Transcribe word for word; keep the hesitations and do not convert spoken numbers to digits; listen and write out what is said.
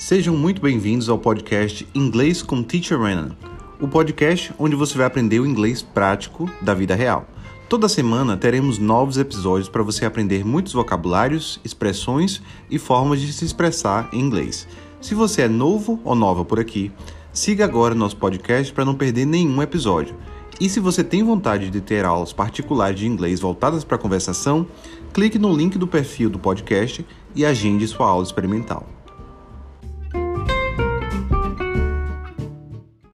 Sejam muito bem-vindos ao podcast Inglês com Teacher Renan, o podcast onde você vai aprender o inglês prático da vida real. Toda semana teremos novos episódios para você aprender muitos vocabulários, expressões e formas de se expressar em inglês. Se você é novo ou nova por aqui, siga agora nosso podcast para não perder nenhum episódio. E se você tem vontade de ter aulas particulares de inglês voltadas para a conversação, clique no link do perfil do podcast e agende sua aula experimental.